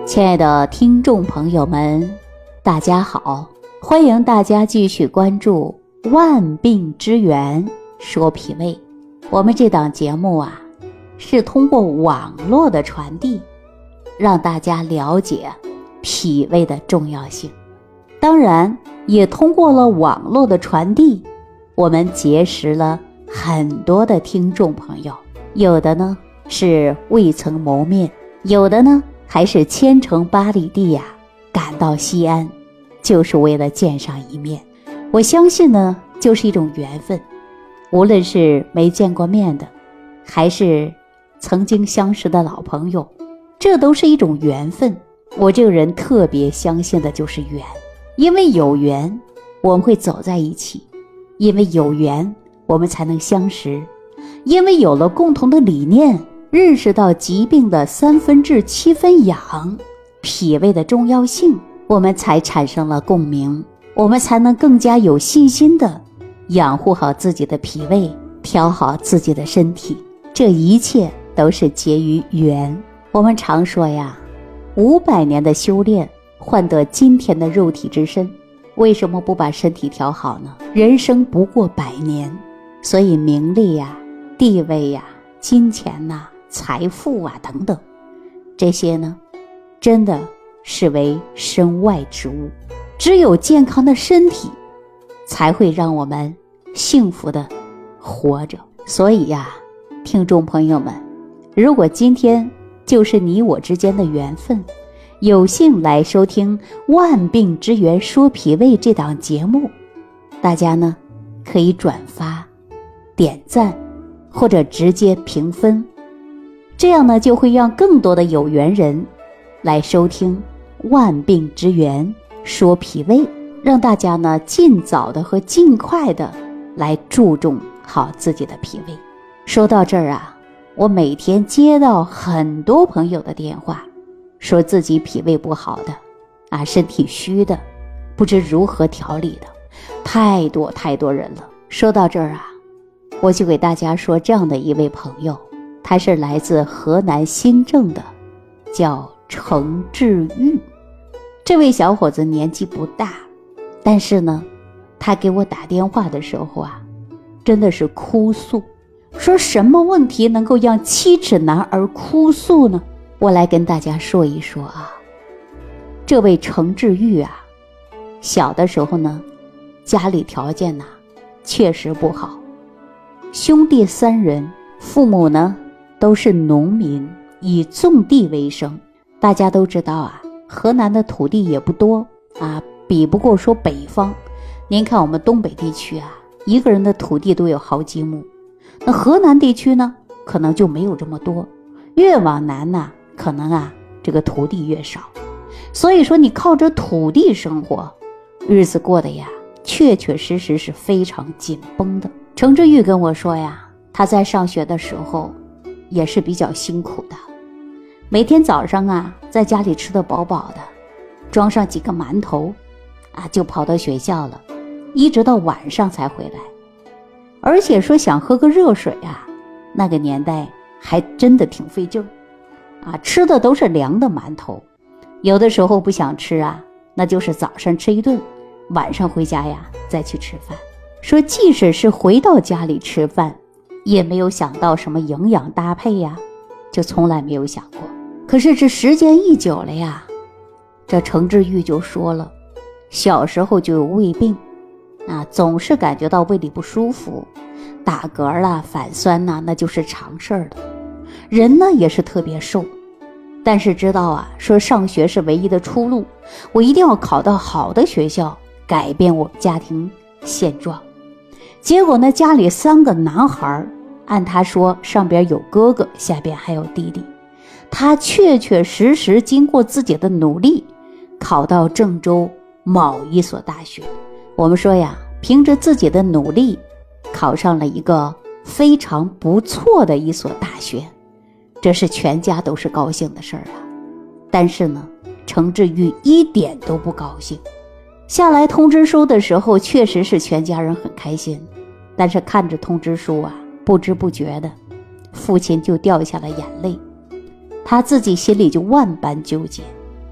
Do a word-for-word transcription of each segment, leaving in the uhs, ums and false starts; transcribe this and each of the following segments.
亲爱的听众朋友们，大家好，欢迎大家继续关注万病之源说脾胃。我们这档节目啊，是通过网络的传递，让大家了解脾胃的重要性。当然，也通过了网络的传递，我们结识了很多的听众朋友，有的呢是未曾谋面，有的呢还是千程八里地呀、啊、赶到西安，就是为了见上一面。我相信呢，就是一种缘分，无论是没见过面的，还是曾经相识的老朋友，这都是一种缘分。我这个人特别相信的就是缘，因为有缘我们会走在一起，因为有缘我们才能相识，因为有了共同的理念，认识到疾病的三分治七分养，脾胃的重要性，我们才产生了共鸣，我们才能更加有信心的养护好自己的脾胃，调好自己的身体。这一切都是结于缘。我们常说呀，五百年的修炼换得今天的肉体之身，为什么不把身体调好呢？人生不过百年，所以名利呀、地位呀、金钱呐、财富啊等等，这些呢真的是为身外之物。只有健康的身体才会让我们幸福的活着。所以呀，听众朋友们，如果今天就是你我之间的缘分，有幸来收听万病之源说脾胃这档节目，大家呢可以转发点赞或者直接评分，这样呢就会让更多的有缘人来收听万病之源说脾胃，让大家呢尽早的和尽快的来注重好自己的脾胃。说到这儿啊，我每天接到很多朋友的电话，说自己脾胃不好的啊，身体虚的，不知如何调理的，太多太多人了。说到这儿啊，我就给大家说这样的一位朋友，他是来自河南新郑的，叫程志玉。这位小伙子年纪不大，但是呢，他给我打电话的时候啊，真的是哭诉，说什么问题能够让七尺男儿哭诉呢？我来跟大家说一说啊，这位程志玉啊，小的时候呢，家里条件呢、啊、确实不好，兄弟三人，父母呢都是农民，以种地为生。大家都知道啊，河南的土地也不多啊，比不过说北方。您看我们东北地区啊，一个人的土地都有好几亩，那河南地区呢，可能就没有这么多。越往南呢、啊，可能啊，这个土地越少。所以说你靠着土地生活，日子过得呀，确确实实是非常紧绷的。程志玉跟我说呀，他在上学的时候也是比较辛苦的，每天早上啊，在家里吃得饱饱的，装上几个馒头啊，就跑到学校了，一直到晚上才回来。而且说想喝个热水啊，那个年代还真的挺费劲儿啊，吃的都是凉的馒头，有的时候不想吃啊，那就是早上吃一顿，晚上回家呀再去吃饭。说即使是回到家里吃饭，也没有想到什么营养搭配呀，就从来没有想过。可是这时间一久了呀，这程志玉就说了，小时候就有胃病啊，总是感觉到胃里不舒服，打嗝啦、反酸呐，那就是常事儿的。人呢也是特别瘦，但是知道啊，说上学是唯一的出路，我一定要考到好的学校，改变我们家庭现状。结果呢，家里三个男孩，按他说上边有哥哥，下边还有弟弟，他确确实实经过自己的努力，考到郑州某一所大学。我们说呀，凭着自己的努力考上了一个非常不错的一所大学，这是全家都是高兴的事儿啊。但是呢，程志玉一点都不高兴。下来通知书的时候，确实是全家人很开心，但是看着通知书啊，不知不觉的父亲就掉下了眼泪，他自己心里就万般纠结。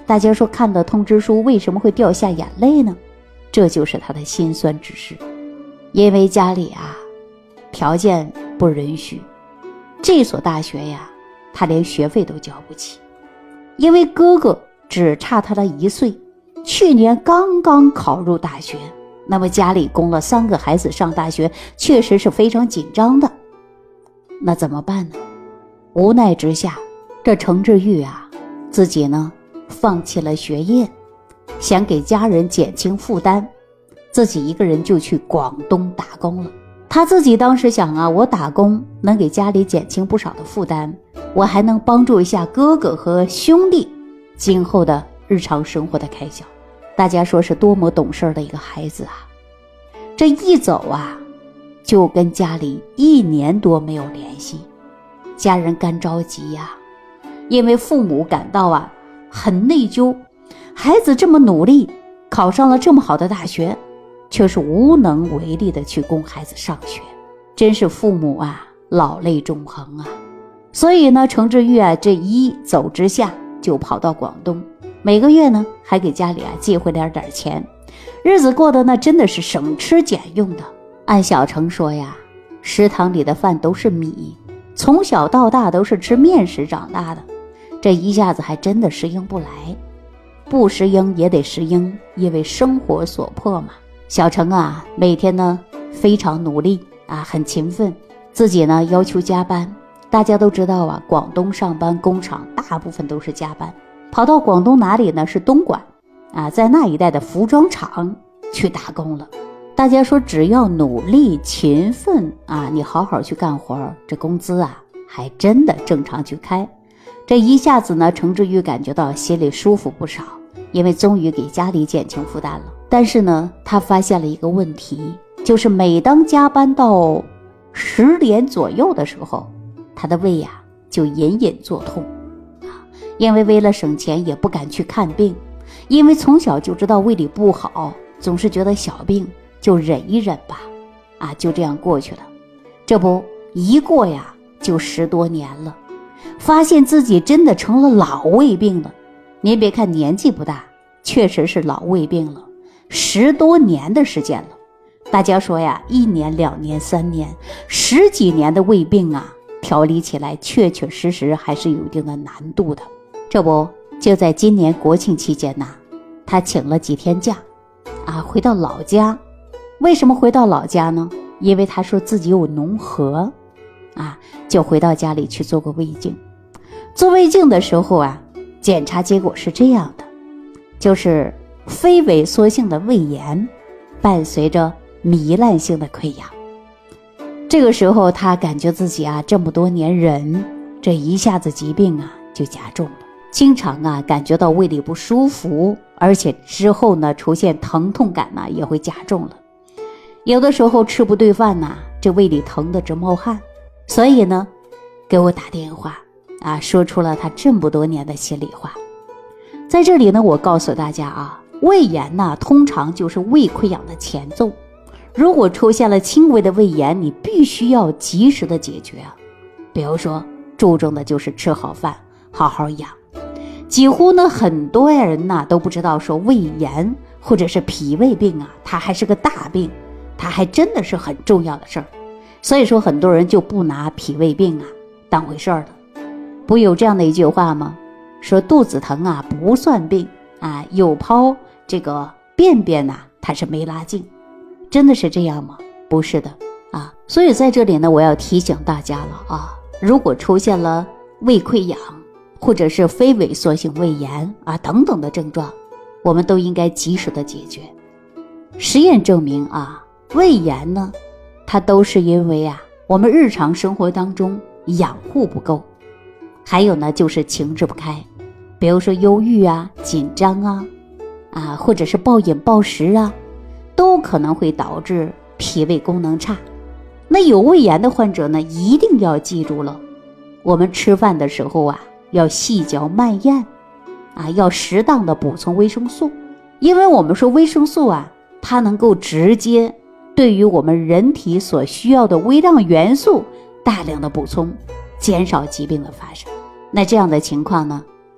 大家说看到通知书为什么会掉下眼泪呢？这就是他的心酸之事。因为家里啊条件不允许，这所大学呀他连学费都交不起。因为哥哥只差他的一岁，去年刚刚考入大学，那么家里供了三个孩子上大学，确实是非常紧张的。那怎么办呢？无奈之下，这程志玉啊自己呢放弃了学业，想给家人减轻负担，自己一个人就去广东打工了。他自己当时想啊，我打工能给家里减轻不少的负担，我还能帮助一下哥哥和兄弟今后的日常生活的开销。大家说是多么懂事的一个孩子啊！这一走啊就跟家里一年多没有联系，家人干着急呀、啊，因为父母感到啊很内疚，孩子这么努力考上了这么好的大学，却是无能为力的去供孩子上学，真是父母啊老泪纵横啊。所以呢，程志玉啊这一走之下就跑到广东，每个月呢还给家里啊寄回点点钱，日子过得呢真的是省吃俭用的。按小程说呀，食堂里的饭都是米，从小到大都是吃面食长大的，这一下子还真的适应不来。不适应也得适应，因为生活所迫嘛。小程啊每天呢非常努力啊，很勤奋，自己呢要求加班。大家都知道啊，广东上班工厂大部分都是加班，跑到广东哪里呢？是东莞啊，在那一带的服装厂去打工了。大家说只要努力勤奋啊，你好好去干活，这工资啊还真的正常去开。这一下子呢，程志玉感觉到心里舒服不少，因为终于给家里减轻负担了。但是呢，他发现了一个问题，就是每当加班到十点左右的时候，他的胃呀、啊、就隐隐作痛啊，因为为了省钱也不敢去看病，因为从小就知道胃里不好，总是觉得小病就忍一忍吧，啊，就这样过去了。这不一过呀，就十多年了，发现自己真的成了老胃病了。您别看年纪不大，确实是老胃病了，十多年的时间了。大家说呀，一年、两年、三年、十几年的胃病啊，调理起来确确实实还是有一定的难度的。这不就在今年国庆期间呐、啊，他请了几天假啊，回到老家。为什么回到老家呢？因为他说自己有脓核啊，就回到家里去做个胃镜。做胃镜的时候啊，检查结果是这样的，就是非萎缩性的胃炎伴随着糜烂性的溃疡。这个时候他感觉自己啊这么多年忍，这一下子疾病啊就加重了，经常啊感觉到胃里不舒服，而且之后呢出现疼痛感呢也会加重了。有的时候吃不对饭呐，这胃里疼得直冒汗，所以呢给我打电话啊，说出了他这么多年的心里话。在这里呢，我告诉大家啊，胃炎呢通常就是胃溃疡的前奏，如果出现了轻微的胃炎，你必须要及时的解决啊。比如说注重的就是吃好饭，好好养。几乎呢很多人呢都不知道说胃炎或者是脾胃病啊，它还是个大病，它还真的是很重要的事儿。所以说很多人就不拿脾胃病啊当回事儿了。不有这样的一句话吗？说肚子疼啊不算病啊，有泡这个便便呐、啊、它是没拉净。真的是这样吗？不是的啊。所以在这里呢，我要提醒大家了啊，如果出现了胃溃疡或者是非萎缩性胃炎啊等等的症状，我们都应该及时的解决。实验证明啊，胃炎呢它都是因为啊我们日常生活当中养护不够，还有呢就是情志不开，比如说忧郁啊、紧张啊啊，或者是暴饮暴食啊，都可能会导致脾胃功能差。那有胃炎的患者呢，一定要记住了，我们吃饭的时候啊要细嚼慢咽啊，要适当的补充维生素。因为我们说维生素啊，它能够直接对于我们人体所需要的微量元素大量的补充，减少疾病的发生。那这样的情况呢，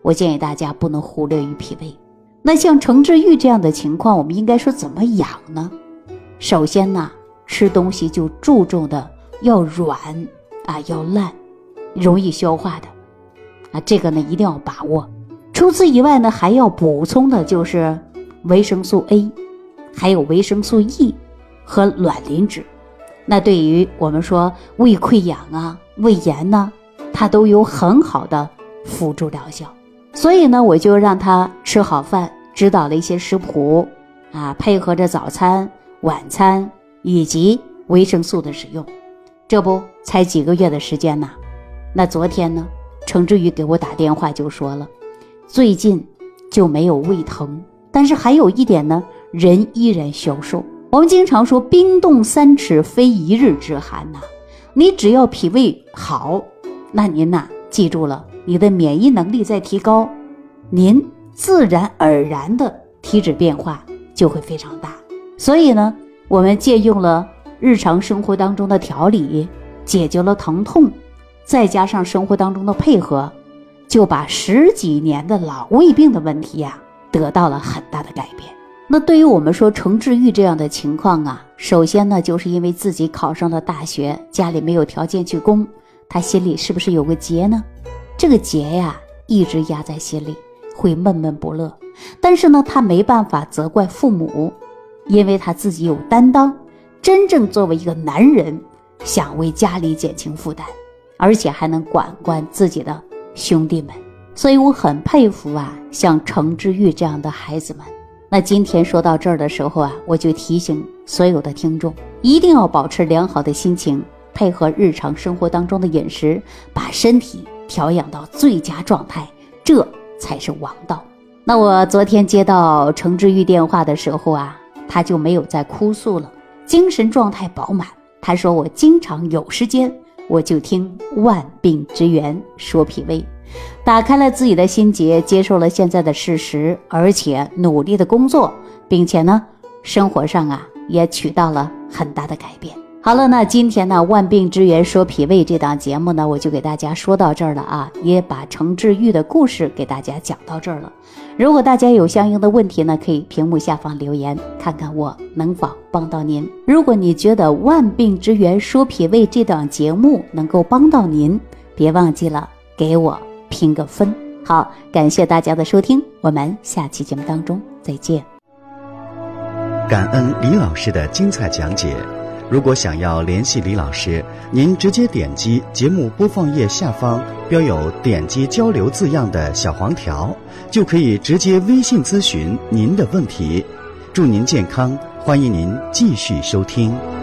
我建议大家不能忽略于脾胃。那像程志玉这样的情况，我们应该说怎么养呢？首先呢，吃东西就注重的要软啊，要烂，容易消化的啊，这个呢一定要把握。除此以外呢，还要补充的就是维生素 A， 还有维生素 E 和卵磷脂。那对于我们说胃溃疡啊、胃炎呢、啊，它都有很好的辅助疗效。所以呢，我就让他吃好饭，指导了一些食谱啊，配合着早餐、晚餐以及维生素的使用。这不才几个月的时间呢。那昨天呢，程志宇给我打电话就说了，最近就没有胃疼，但是还有一点呢，人依然消瘦。我们经常说冰冻三尺非一日之寒呐、啊，你只要脾胃好，那您呐、啊、记住了，你的免疫能力在提高，您自然而然的体质变化就会非常大。所以呢，我们借用了日常生活当中的调理，解决了疼痛，再加上生活当中的配合，就把十几年的老胃病的问题呀、啊、得到了很大的改变。那对于我们说程志玉这样的情况啊，首先呢，就是因为自己考上了大学，家里没有条件去供，他心里是不是有个结呢？这个结呀，一直压在心里，会闷闷不乐。但是呢，他没办法责怪父母，因为他自己有担当，真正作为一个男人，想为家里减轻负担，而且还能管管自己的兄弟们。所以我很佩服啊，像程志玉这样的孩子们。那今天说到这儿的时候啊，我就提醒所有的听众，一定要保持良好的心情，配合日常生活当中的饮食，把身体调养到最佳状态，这才是王道。那我昨天接到程志玉电话的时候啊，他就没有再哭诉了，精神状态饱满。他说，我经常有时间我就听万病之源说脾胃，打开了自己的心结，接受了现在的事实，而且努力的工作，并且呢，生活上啊也取到了很大的改变。好了，那今天呢，万病之源说脾胃这档节目呢，我就给大家说到这儿了啊，也把程志玉的故事给大家讲到这儿了。如果大家有相应的问题呢，可以屏幕下方留言，看看我能否帮到您。如果你觉得万病之源说脾胃这档节目能够帮到您，别忘记了给我评个分。好，感谢大家的收听，我们下期节目当中再见。 感恩李老师的精彩讲解。如果想要联系李老师，您直接点击节目播放页下方标有点击交流字样的小黄条，就可以直接微信咨询您的问题。祝您健康，欢迎您继续收听。